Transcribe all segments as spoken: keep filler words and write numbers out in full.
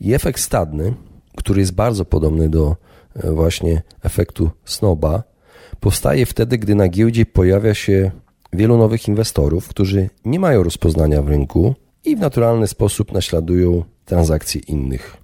I efekt stadny, który jest bardzo podobny do właśnie efektu Snowba, powstaje wtedy, gdy na giełdzie pojawia się wielu nowych inwestorów, którzy nie mają rozpoznania w rynku i w naturalny sposób naśladują transakcje innych.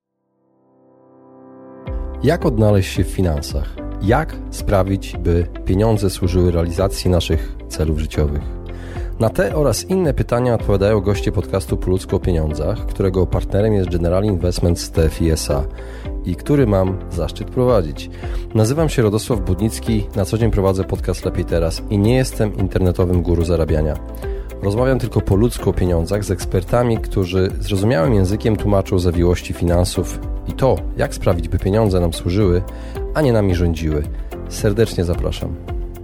Jak odnaleźć się w finansach? Jak sprawić, by pieniądze służyły realizacji naszych celów życiowych? Na te oraz inne pytania odpowiadają goście podcastu Po ludzku o pieniądzach, którego partnerem jest General Investments T F I S A i który mam zaszczyt prowadzić. Nazywam się Radosław Budnicki, na co dzień prowadzę podcast Lepiej Teraz i nie jestem internetowym guru zarabiania. Rozmawiam tylko po ludzku o pieniądzach z ekspertami, którzy zrozumiałym językiem tłumaczą zawiłości finansów i to, jak sprawić, by pieniądze nam służyły, a nie nami rządziły. Serdecznie zapraszam.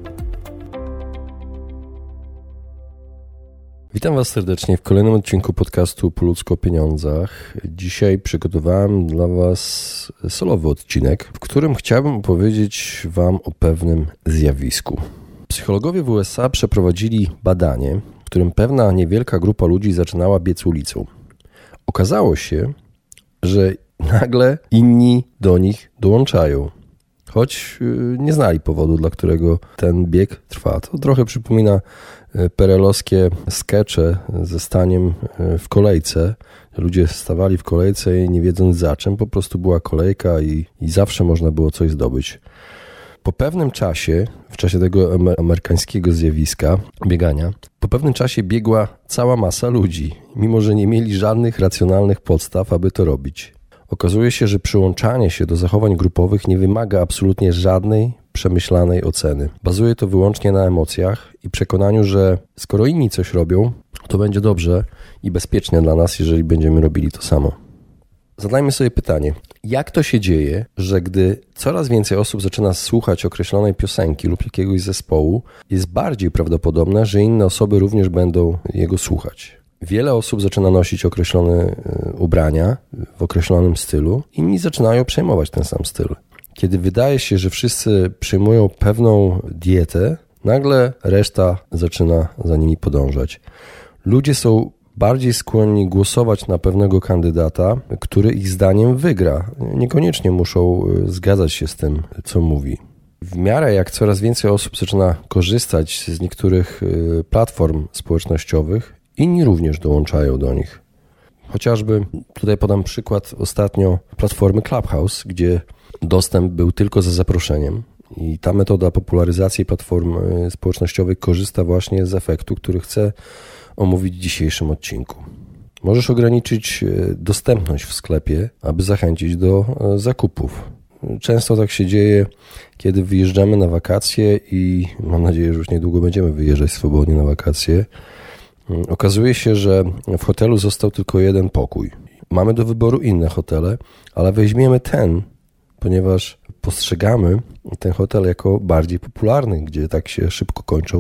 Witam Was serdecznie w kolejnym odcinku podcastu Po ludzku o pieniądzach. Dzisiaj przygotowałem dla Was solowy odcinek, w którym chciałbym opowiedzieć Wam o pewnym zjawisku. Psychologowie w U S A przeprowadzili badanie, w którym pewna niewielka grupa ludzi zaczynała biec ulicą. Okazało się, że nagle inni do nich dołączają, choć nie znali powodu, dla którego ten bieg trwa. To trochę przypomina perelowskie skecze ze staniem w kolejce. Ludzie stawali w kolejce i nie wiedząc za czym, po prostu była kolejka i, i zawsze można było coś zdobyć. Po pewnym czasie, w czasie tego amerykańskiego zjawiska biegania, po pewnym czasie biegła cała masa ludzi, mimo że nie mieli żadnych racjonalnych podstaw, aby to robić. Okazuje się, że przyłączanie się do zachowań grupowych nie wymaga absolutnie żadnej przemyślanej oceny. Bazuje to wyłącznie na emocjach i przekonaniu, że skoro inni coś robią, to będzie dobrze i bezpiecznie dla nas, jeżeli będziemy robili to samo. Zadajmy sobie pytanie, jak to się dzieje, że gdy coraz więcej osób zaczyna słuchać określonej piosenki lub jakiegoś zespołu, jest bardziej prawdopodobne, że inne osoby również będą jego słuchać. Wiele osób zaczyna nosić określone ubrania w określonym stylu, inni zaczynają przejmować ten sam styl. Kiedy wydaje się, że wszyscy przyjmują pewną dietę, nagle reszta zaczyna za nimi podążać. Ludzie są bardziej skłonni głosować na pewnego kandydata, który ich zdaniem wygra. Niekoniecznie muszą zgadzać się z tym, co mówi. W miarę jak coraz więcej osób zaczyna korzystać z niektórych platform społecznościowych, inni również dołączają do nich. Chociażby tutaj podam przykład ostatnio platformy Clubhouse, gdzie dostęp był tylko za zaproszeniem i ta metoda popularyzacji platform społecznościowych korzysta właśnie z efektu, który chcę omówić w dzisiejszym odcinku. Możesz ograniczyć dostępność w sklepie, aby zachęcić do zakupów. Często tak się dzieje, kiedy wyjeżdżamy na wakacje i mam nadzieję, że już niedługo będziemy wyjeżdżać swobodnie na wakacje. Okazuje się, że w hotelu został tylko jeden pokój. Mamy do wyboru inne hotele, ale weźmiemy ten, ponieważ postrzegamy ten hotel jako bardziej popularny, gdzie tak się szybko kończą,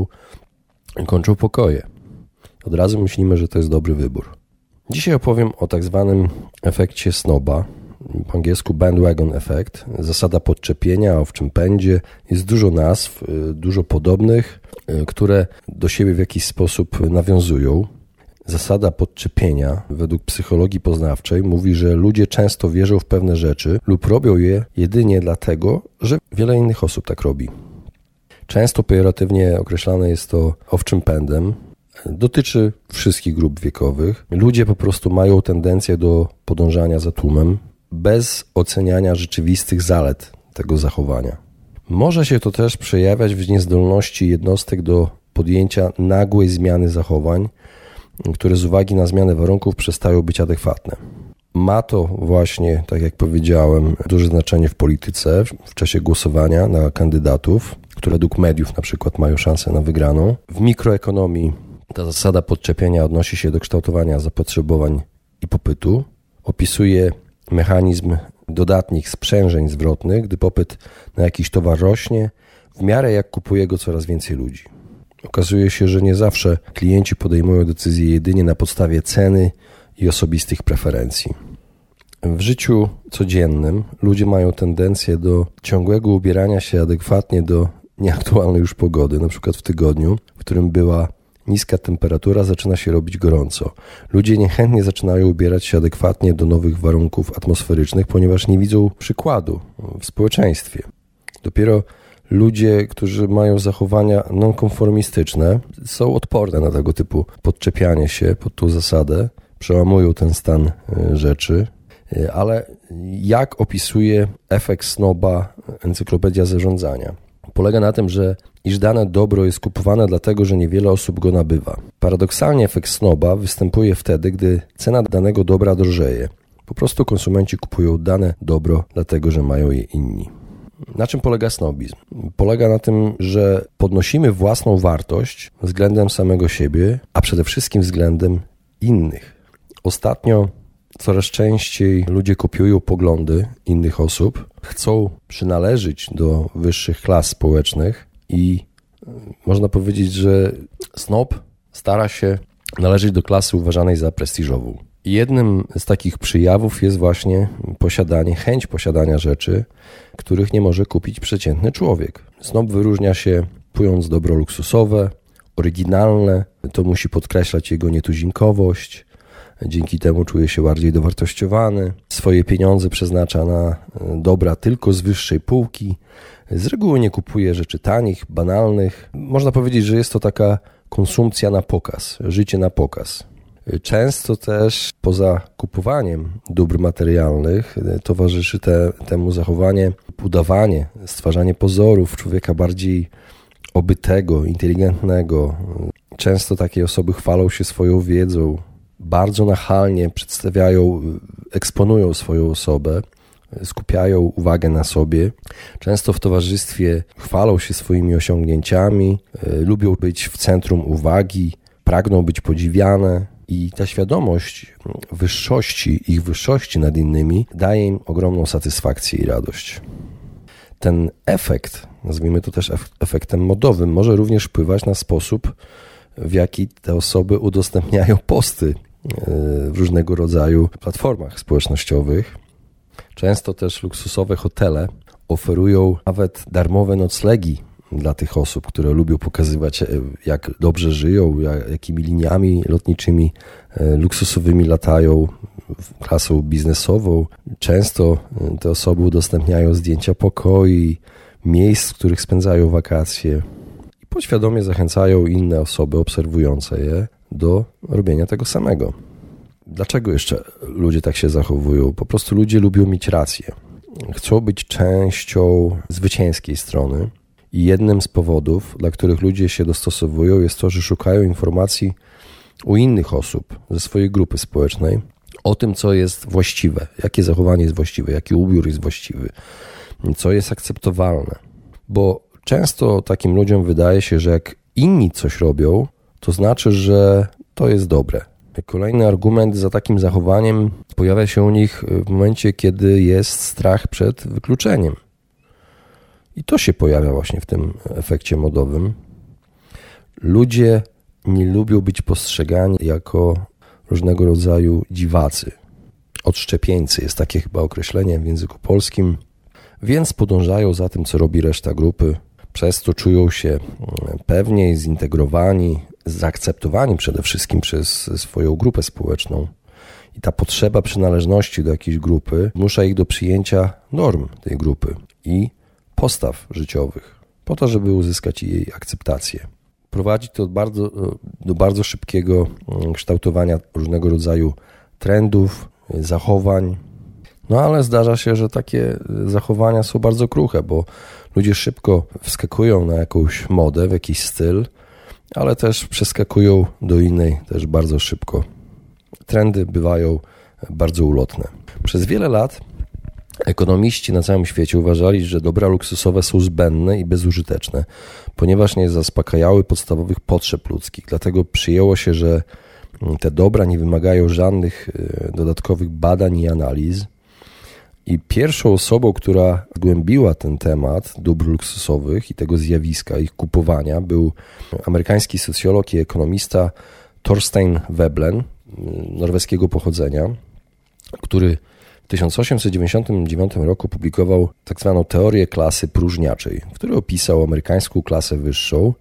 kończą pokoje. Od razu myślimy, że to jest dobry wybór. Dzisiaj opowiem o tak zwanym efekcie Snowba, po angielsku bandwagon effect, zasada podczepienia, owczym pędzie. Jest dużo nazw, dużo podobnych, które do siebie w jakiś sposób nawiązują. Zasada podczepienia według psychologii poznawczej mówi, że ludzie często wierzą w pewne rzeczy lub robią je jedynie dlatego, że wiele innych osób tak robi. Często pejoratywnie określane jest to owczym pędem. Dotyczy wszystkich grup wiekowych. Ludzie po prostu mają tendencję do podążania za tłumem bez oceniania rzeczywistych zalet tego zachowania. Może się to też przejawiać w niezdolności jednostek do podjęcia nagłej zmiany zachowań, które z uwagi na zmianę warunków przestają być adekwatne. Ma to właśnie, tak jak powiedziałem, duże znaczenie w polityce w czasie głosowania na kandydatów, które według mediów na przykład mają szansę na wygraną. W mikroekonomii ta zasada podczepienia odnosi się do kształtowania zapotrzebowań i popytu. Opisuje mechanizm dodatnich sprzężeń zwrotnych, gdy popyt na jakiś towar rośnie, w miarę jak kupuje go coraz więcej ludzi. Okazuje się, że nie zawsze klienci podejmują decyzje jedynie na podstawie ceny i osobistych preferencji. W życiu codziennym ludzie mają tendencję do ciągłego ubierania się adekwatnie do nieaktualnej już pogody, na przykład w tygodniu, w którym była niska temperatura, zaczyna się robić gorąco. Ludzie niechętnie zaczynają ubierać się adekwatnie do nowych warunków atmosferycznych, ponieważ nie widzą przykładu w społeczeństwie. Dopiero ludzie, którzy mają zachowania nonkonformistyczne, są odporne na tego typu podczepianie się pod tą zasadę, przełamują ten stan rzeczy. Ale jak opisuje efekt snoba Encyklopedia Zarządzania? Polega na tym, że iż dane dobro jest kupowane dlatego, że niewiele osób go nabywa. Paradoksalnie efekt snoba występuje wtedy, gdy cena danego dobra drożeje. Po prostu konsumenci kupują dane dobro dlatego, że mają je inni. Na czym polega snobizm? Polega na tym, że podnosimy własną wartość względem samego siebie, a przede wszystkim względem innych. Ostatnio coraz częściej ludzie kopiują poglądy innych osób, chcą przynależeć do wyższych klas społecznych i można powiedzieć, że snob stara się należeć do klasy uważanej za prestiżową. I jednym z takich przejawów jest właśnie posiadanie, chęć posiadania rzeczy, których nie może kupić przeciętny człowiek. Snob wyróżnia się kupując dobro luksusowe, oryginalne, to musi podkreślać jego nietuzinkowość, dzięki temu czuje się bardziej dowartościowany, swoje pieniądze przeznacza na dobra tylko z wyższej półki, z reguły nie kupuje rzeczy tanich, banalnych. Można powiedzieć, że jest to taka konsumpcja na pokaz, życie na pokaz. Często też poza kupowaniem dóbr materialnych towarzyszy te, temu zachowanie, udawanie, stwarzanie pozorów człowieka bardziej obytego, inteligentnego. Często takie osoby chwalą się swoją wiedzą, bardzo nachalnie przedstawiają, eksponują swoją osobę, skupiają uwagę na sobie. Często w towarzystwie chwalą się swoimi osiągnięciami, lubią być w centrum uwagi, pragną być podziwiane. I ta świadomość wyższości, ich wyższości nad innymi daje im ogromną satysfakcję i radość. Ten efekt, nazwijmy to też efektem modowym, może również wpływać na sposób, w jaki te osoby udostępniają posty w różnego rodzaju platformach społecznościowych. Często też luksusowe hotele oferują nawet darmowe noclegi dla tych osób, które lubią pokazywać, jak dobrze żyją, jak, jakimi liniami lotniczymi luksusowymi latają, klasą biznesową. Często te osoby udostępniają zdjęcia pokoi, miejsc, w których spędzają wakacje i podświadomie zachęcają inne osoby obserwujące je do robienia tego samego. Dlaczego jeszcze ludzie tak się zachowują? Po prostu ludzie lubią mieć rację. Chcą być częścią zwycięskiej strony. I jednym z powodów, dla których ludzie się dostosowują, jest to, że szukają informacji u innych osób ze swojej grupy społecznej o tym, co jest właściwe, jakie zachowanie jest właściwe, jaki ubiór jest właściwy, co jest akceptowalne. Bo często takim ludziom wydaje się, że jak inni coś robią, to znaczy, że to jest dobre. Kolejny argument za takim zachowaniem pojawia się u nich w momencie, kiedy jest strach przed wykluczeniem. I to się pojawia właśnie w tym efekcie modowym. Ludzie nie lubią być postrzegani jako różnego rodzaju dziwacy. Odszczepieńcy jest takie chyba określenie w języku polskim. Więc podążają za tym, co robi reszta grupy. Przez to czują się pewniej, zintegrowani, zaakceptowani przede wszystkim przez swoją grupę społeczną. I ta potrzeba przynależności do jakiejś grupy zmusza ich do przyjęcia norm tej grupy i postaw życiowych, po to, żeby uzyskać jej akceptację. Prowadzi to bardzo, do bardzo szybkiego kształtowania różnego rodzaju trendów, zachowań. No ale zdarza się, że takie zachowania są bardzo kruche, bo ludzie szybko wskakują na jakąś modę, w jakiś styl, ale też przeskakują do innej też bardzo szybko. Trendy bywają bardzo ulotne. Przez wiele lat ekonomiści na całym świecie uważali, że dobra luksusowe są zbędne i bezużyteczne, ponieważ nie zaspokajały podstawowych potrzeb ludzkich. Dlatego przyjęło się, że te dobra nie wymagają żadnych dodatkowych badań i analiz. I pierwszą osobą, która zgłębiła ten temat dóbr luksusowych i tego zjawiska, ich kupowania, był amerykański socjolog i ekonomista Thorstein Veblen, norweskiego pochodzenia, który w tysiąc osiemset dziewięćdziesiątym dziewiątym roku publikował tak zwaną teorię klasy próżniaczej, w której opisał amerykańską klasę wyższą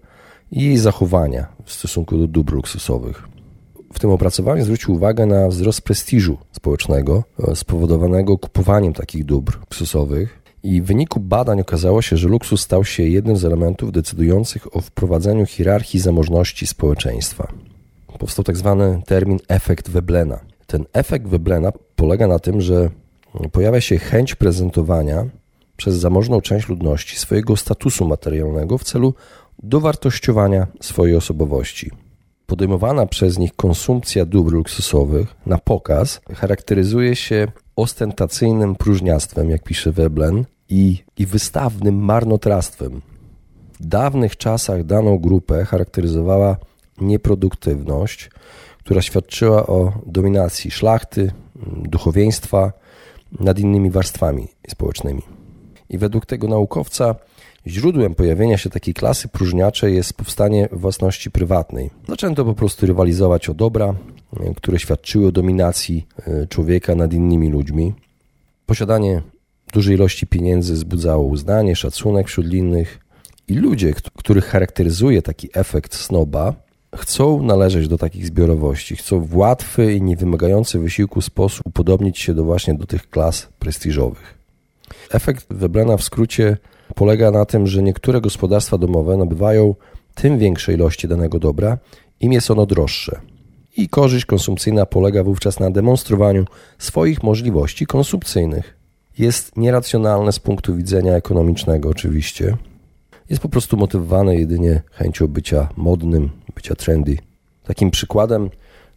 i jej zachowania w stosunku do dóbr luksusowych. W tym opracowaniu zwrócił uwagę na wzrost prestiżu społecznego spowodowanego kupowaniem takich dóbr luksusowych i w wyniku badań okazało się, że luksus stał się jednym z elementów decydujących o wprowadzeniu hierarchii zamożności społeczeństwa. Powstał tak zwany termin efekt Veblen'a. Ten efekt Veblen'a polega na tym, że pojawia się chęć prezentowania przez zamożną część ludności swojego statusu materialnego w celu dowartościowania swojej osobowości. Podejmowana przez nich konsumpcja dóbr luksusowych na pokaz charakteryzuje się ostentacyjnym próżniactwem, jak pisze Veblen, i, i wystawnym marnotrawstwem. W dawnych czasach daną grupę charakteryzowała nieproduktywność, która świadczyła o dominacji szlachty, duchowieństwa nad innymi warstwami społecznymi. I według tego naukowca źródłem pojawienia się takiej klasy próżniaczej jest powstanie własności prywatnej. Zaczęto po prostu rywalizować o dobra, które świadczyły o dominacji człowieka nad innymi ludźmi. Posiadanie dużej ilości pieniędzy wzbudzało uznanie, szacunek wśród innych i ludzie, których charakteryzuje taki efekt snoba, chcą należeć do takich zbiorowości, chcą w łatwy i niewymagający wysiłku sposób upodobnić się do właśnie do tych klas prestiżowych. Efekt Veblen'a w skrócie polega na tym, że niektóre gospodarstwa domowe nabywają tym większe ilości danego dobra, im jest ono droższe. I korzyść konsumpcyjna polega wówczas na demonstrowaniu swoich możliwości konsumpcyjnych. Jest nieracjonalne z punktu widzenia ekonomicznego oczywiście. Jest po prostu motywowane jedynie chęcią bycia modnym, bycia trendy. Takim przykładem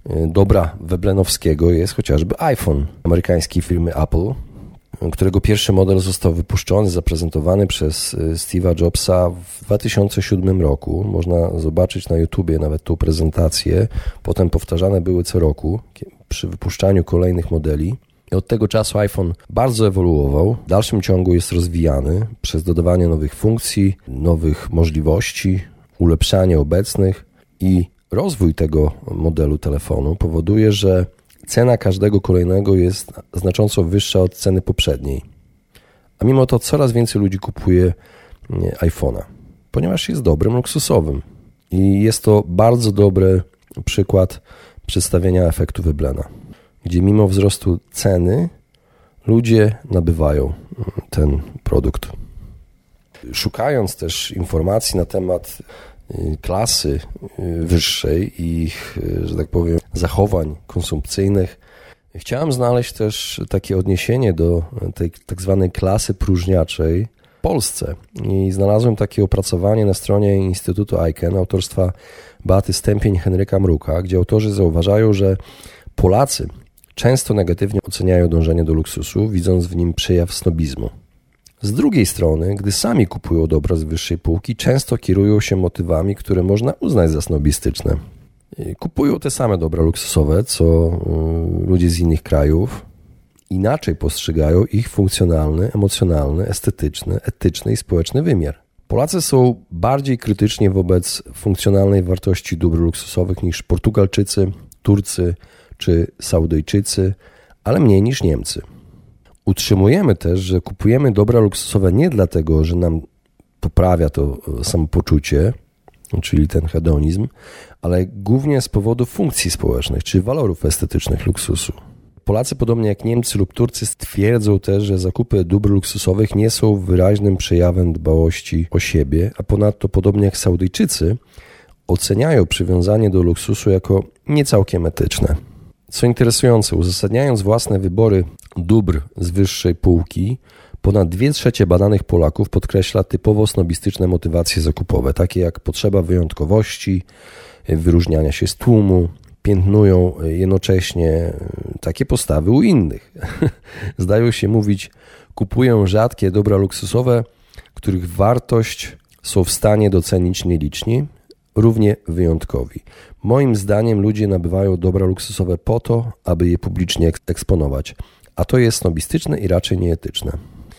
dobra weblenowskiego jest chociażby iPhone amerykańskiej firmy Apple, którego pierwszy model został wypuszczony, zaprezentowany przez Steve'a Jobsa w dwa tysiące siódmym roku. Można zobaczyć na YouTubie nawet tą prezentację. Potem powtarzane były co roku przy wypuszczaniu kolejnych modeli. I od tego czasu iPhone bardzo ewoluował. W dalszym ciągu jest rozwijany przez dodawanie nowych funkcji, nowych możliwości, ulepszanie obecnych i rozwój tego modelu telefonu powoduje, że cena każdego kolejnego jest znacząco wyższa od ceny poprzedniej. A mimo to coraz więcej ludzi kupuje iPhone'a, ponieważ jest dobrym, luksusowym. I jest to bardzo dobry przykład przedstawienia efektu Veblen'a, gdzie mimo wzrostu ceny ludzie nabywają ten produkt. Szukając też informacji na temat klasy wyższej i ich, że tak powiem, zachowań konsumpcyjnych, chciałem znaleźć też takie odniesienie do tej tak zwanej klasy próżniaczej w Polsce i znalazłem takie opracowanie na stronie Instytutu Eichen autorstwa Beaty Stępień, Henryka Mruka, gdzie autorzy zauważają, że Polacy często negatywnie oceniają dążenie do luksusu, widząc w nim przejaw snobizmu. Z drugiej strony, gdy sami kupują dobra z wyższej półki, często kierują się motywami, które można uznać za snobistyczne. Kupują te same dobra luksusowe, co ludzie z innych krajów. Inaczej postrzegają ich funkcjonalny, emocjonalny, estetyczny, etyczny i społeczny wymiar. Polacy są bardziej krytyczni wobec funkcjonalnej wartości dóbr luksusowych niż Portugalczycy, Turcy czy Saudyjczycy, ale mniej niż Niemcy. Utrzymujemy też, że kupujemy dobra luksusowe nie dlatego, że nam poprawia to samopoczucie, czyli ten hedonizm, ale głównie z powodu funkcji społecznych, czy walorów estetycznych luksusu. Polacy, podobnie jak Niemcy lub Turcy, stwierdzą też, że zakupy dóbr luksusowych nie są wyraźnym przejawem dbałości o siebie, a ponadto, podobnie jak Saudyjczycy, oceniają przywiązanie do luksusu jako niecałkiem etyczne. Co interesujące, uzasadniając własne wybory dóbr z wyższej półki, ponad dwie trzecie badanych Polaków podkreśla typowo snobistyczne motywacje zakupowe, takie jak potrzeba wyjątkowości, wyróżniania się z tłumu, piętnują jednocześnie takie postawy u innych. Zdają się mówić, kupują rzadkie dobra luksusowe, których wartość są w stanie docenić nieliczni, równie wyjątkowi. Moim zdaniem ludzie nabywają dobra luksusowe po to, aby je publicznie eksponować, a to jest snobistyczne i raczej nieetyczne.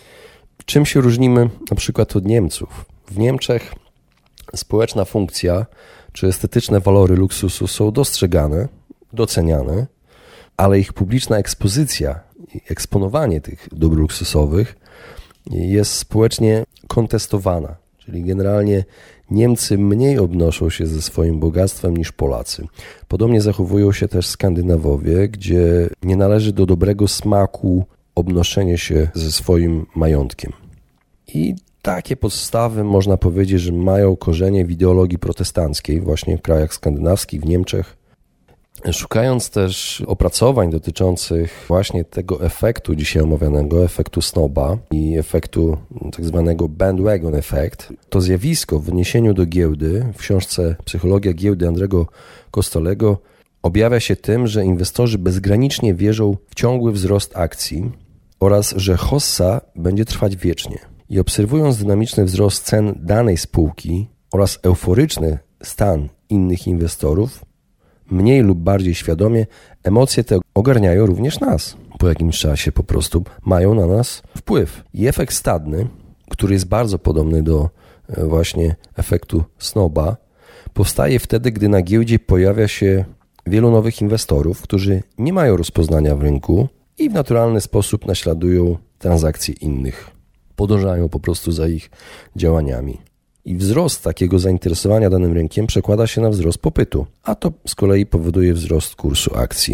Czym się różnimy na przykład od Niemców? W Niemczech społeczna funkcja czy estetyczne walory luksusu są dostrzegane, doceniane, ale ich publiczna ekspozycja i eksponowanie tych dóbr luksusowych jest społecznie kontestowana, Czyli generalnie Niemcy mniej obnoszą się ze swoim bogactwem niż Polacy. Podobnie zachowują się też Skandynawowie, gdzie nie należy do dobrego smaku obnoszenie się ze swoim majątkiem. I takie podstawy można powiedzieć, że mają korzenie w ideologii protestanckiej właśnie w krajach skandynawskich, w Niemczech. Szukając też opracowań dotyczących właśnie tego efektu dzisiaj omawianego, efektu snoba i efektu tak zwanego bandwagon effect, to zjawisko w odniesieniu do giełdy w książce Psychologia giełdy Andrego Kostolego objawia się tym, że inwestorzy bezgranicznie wierzą w ciągły wzrost akcji oraz że hossa będzie trwać wiecznie. I obserwując dynamiczny wzrost cen danej spółki oraz euforyczny stan innych inwestorów, mniej lub bardziej świadomie, emocje te ogarniają również nas. Po jakimś czasie po prostu mają na nas wpływ. I efekt stadny, który jest bardzo podobny do właśnie efektu snoba, powstaje wtedy, gdy na giełdzie pojawia się wielu nowych inwestorów, którzy nie mają rozpoznania w rynku i w naturalny sposób naśladują transakcje innych. Podążają po prostu za ich działaniami. I wzrost takiego zainteresowania danym rynkiem przekłada się na wzrost popytu, a to z kolei powoduje wzrost kursu akcji.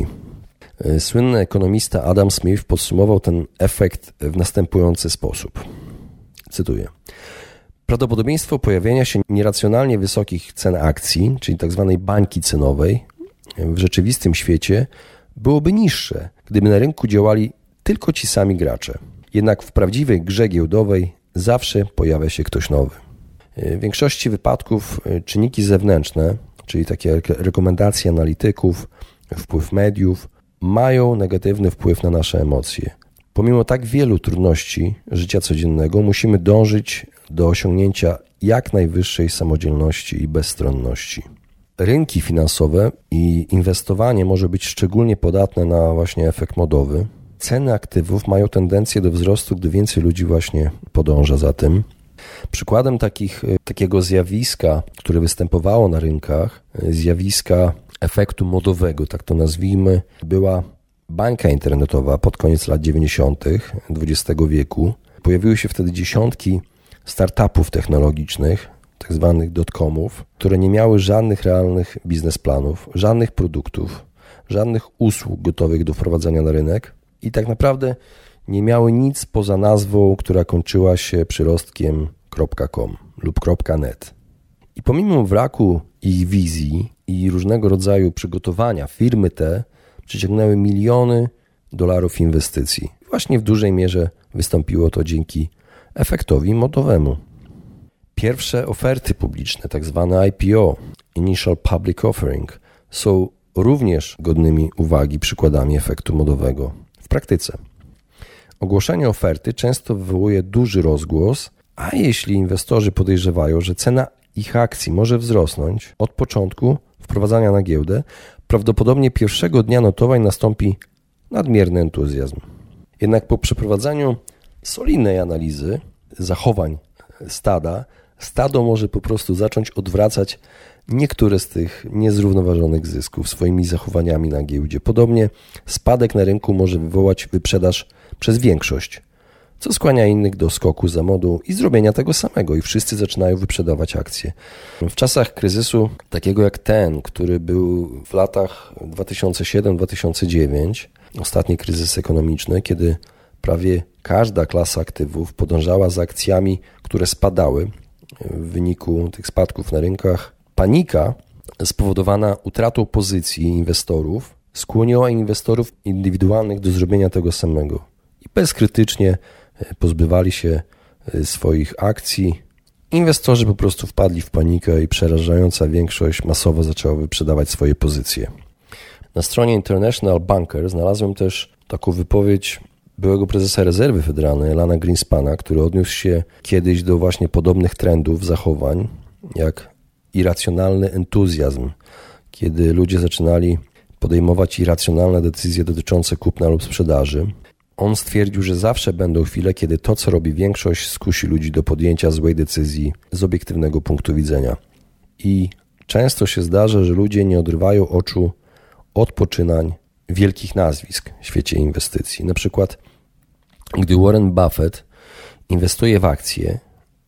Słynny ekonomista Adam Smith podsumował ten efekt w następujący sposób. Cytuję. Prawdopodobieństwo pojawienia się nieracjonalnie wysokich cen akcji, czyli tzw. bańki cenowej, w rzeczywistym świecie byłoby niższe, gdyby na rynku działali tylko ci sami gracze. Jednak w prawdziwej grze giełdowej zawsze pojawia się ktoś nowy. W większości wypadków czynniki zewnętrzne, czyli takie rekomendacje analityków, wpływ mediów, mają negatywny wpływ na nasze emocje. Pomimo tak wielu trudności życia codziennego musimy dążyć do osiągnięcia jak najwyższej samodzielności i bezstronności. Rynki finansowe i inwestowanie może być szczególnie podatne na właśnie efekt modowy. Ceny aktywów mają tendencję do wzrostu, gdy więcej ludzi właśnie podąża za tym. Przykładem takich, takiego zjawiska, które występowało na rynkach, zjawiska efektu modowego, tak to nazwijmy, była bańka internetowa pod koniec lat dziewięćdziesiątych dwudziestego wieku. Pojawiły się wtedy dziesiątki startupów technologicznych, tak zwanych dotcomów, które nie miały żadnych realnych biznesplanów, żadnych produktów, żadnych usług gotowych do wprowadzenia na rynek i tak naprawdę nie miały nic poza nazwą, która kończyła się przyrostkiem .com lub .net. I pomimo braku ich wizji i różnego rodzaju przygotowania, firmy te przyciągnęły miliony dolarów inwestycji. Właśnie w dużej mierze wystąpiło to dzięki efektowi modowemu. Pierwsze oferty publiczne, tak zwane I P O, Initial Public Offering, są również godnymi uwagi przykładami efektu modowego w praktyce. Ogłoszenie oferty często wywołuje duży rozgłos, a jeśli inwestorzy podejrzewają, że cena ich akcji może wzrosnąć od początku wprowadzania na giełdę, prawdopodobnie pierwszego dnia notowań nastąpi nadmierny entuzjazm. Jednak po przeprowadzeniu solidnej analizy zachowań stada, stado może po prostu zacząć odwracać niektóre z tych niezrównoważonych zysków swoimi zachowaniami na giełdzie. Podobnie spadek na rynku może wywołać wyprzedaż przez większość, co skłania innych do skoku za modą i zrobienia tego samego i wszyscy zaczynają wyprzedawać akcje. W czasach kryzysu takiego jak ten, który był w latach dwa tysiące siódmy do dwa tysiące dziewiątego, ostatni kryzys ekonomiczny, kiedy prawie każda klasa aktywów podążała za akcjami, które spadały w wyniku tych spadków na rynkach, panika spowodowana utratą pozycji inwestorów skłoniła inwestorów indywidualnych do zrobienia tego samego i bezkrytycznie pozbywali się swoich akcji. Inwestorzy po prostu wpadli w panikę i przerażająca większość masowo zaczęła wyprzedawać swoje pozycje. Na stronie International Banker znalazłem też taką wypowiedź byłego prezesa Rezerwy Federalnej, Alana Greenspana, który odniósł się kiedyś do właśnie podobnych trendów, zachowań, jak irracjonalny entuzjazm, kiedy ludzie zaczynali podejmować irracjonalne decyzje dotyczące kupna lub sprzedaży. On stwierdził, że zawsze będą chwile, kiedy to, co robi większość, skusi ludzi do podjęcia złej decyzji z obiektywnego punktu widzenia. I często się zdarza, że ludzie nie odrywają oczu od poczynań wielkich nazwisk w świecie inwestycji. Na przykład, gdy Warren Buffett inwestuje w akcje,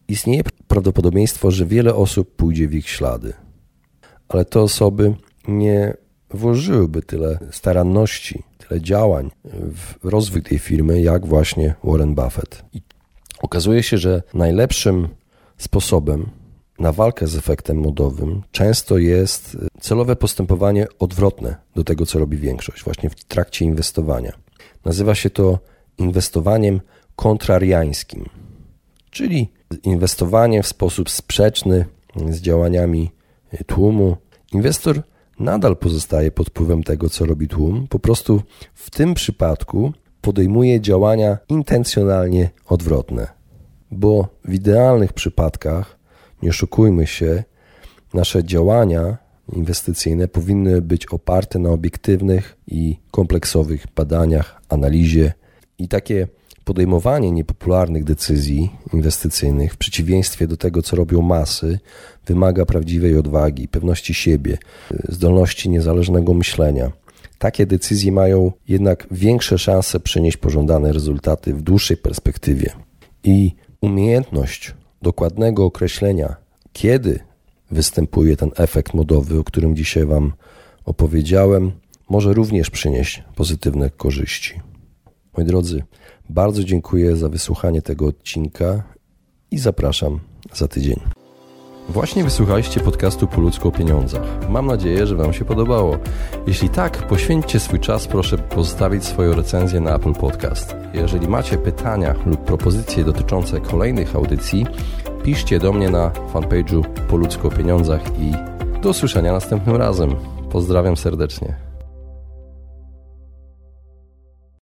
istnieje prawdopodobieństwo, że wiele osób pójdzie w ich ślady. Ale te osoby nie włożyłyby tyle staranności, tyle działań w rozwój tej firmy, jak właśnie Warren Buffett. I okazuje się, że najlepszym sposobem na walkę z efektem modowym często jest celowe postępowanie odwrotne do tego, co robi większość, właśnie w trakcie inwestowania. Nazywa się to inwestowaniem kontrariańskim, czyli inwestowanie w sposób sprzeczny z działaniami tłumu. Inwestor nadal pozostaje pod wpływem tego, co robi tłum, po prostu w tym przypadku podejmuje działania intencjonalnie odwrotne, bo w idealnych przypadkach, nie oszukujmy się, nasze działania inwestycyjne powinny być oparte na obiektywnych i kompleksowych badaniach, analizie i takie podejmowanie niepopularnych decyzji inwestycyjnych w przeciwieństwie do tego, co robią masy, wymaga prawdziwej odwagi, pewności siebie, zdolności niezależnego myślenia. Takie decyzje mają jednak większe szanse przynieść pożądane rezultaty w dłuższej perspektywie. I umiejętność dokładnego określenia, kiedy występuje ten efekt modowy, o którym dzisiaj Wam opowiedziałem, może również przynieść pozytywne korzyści. Moi drodzy, bardzo dziękuję za wysłuchanie tego odcinka i zapraszam za tydzień. Właśnie wysłuchaliście podcastu Po ludzku o pieniądzach. Mam nadzieję, że Wam się podobało. Jeśli tak, poświęćcie swój czas, proszę pozostawić swoją recenzję na Apple Podcast. Jeżeli macie pytania lub propozycje dotyczące kolejnych audycji, piszcie do mnie na fanpage'u Po ludzku o pieniądzach i do usłyszenia następnym razem. Pozdrawiam serdecznie.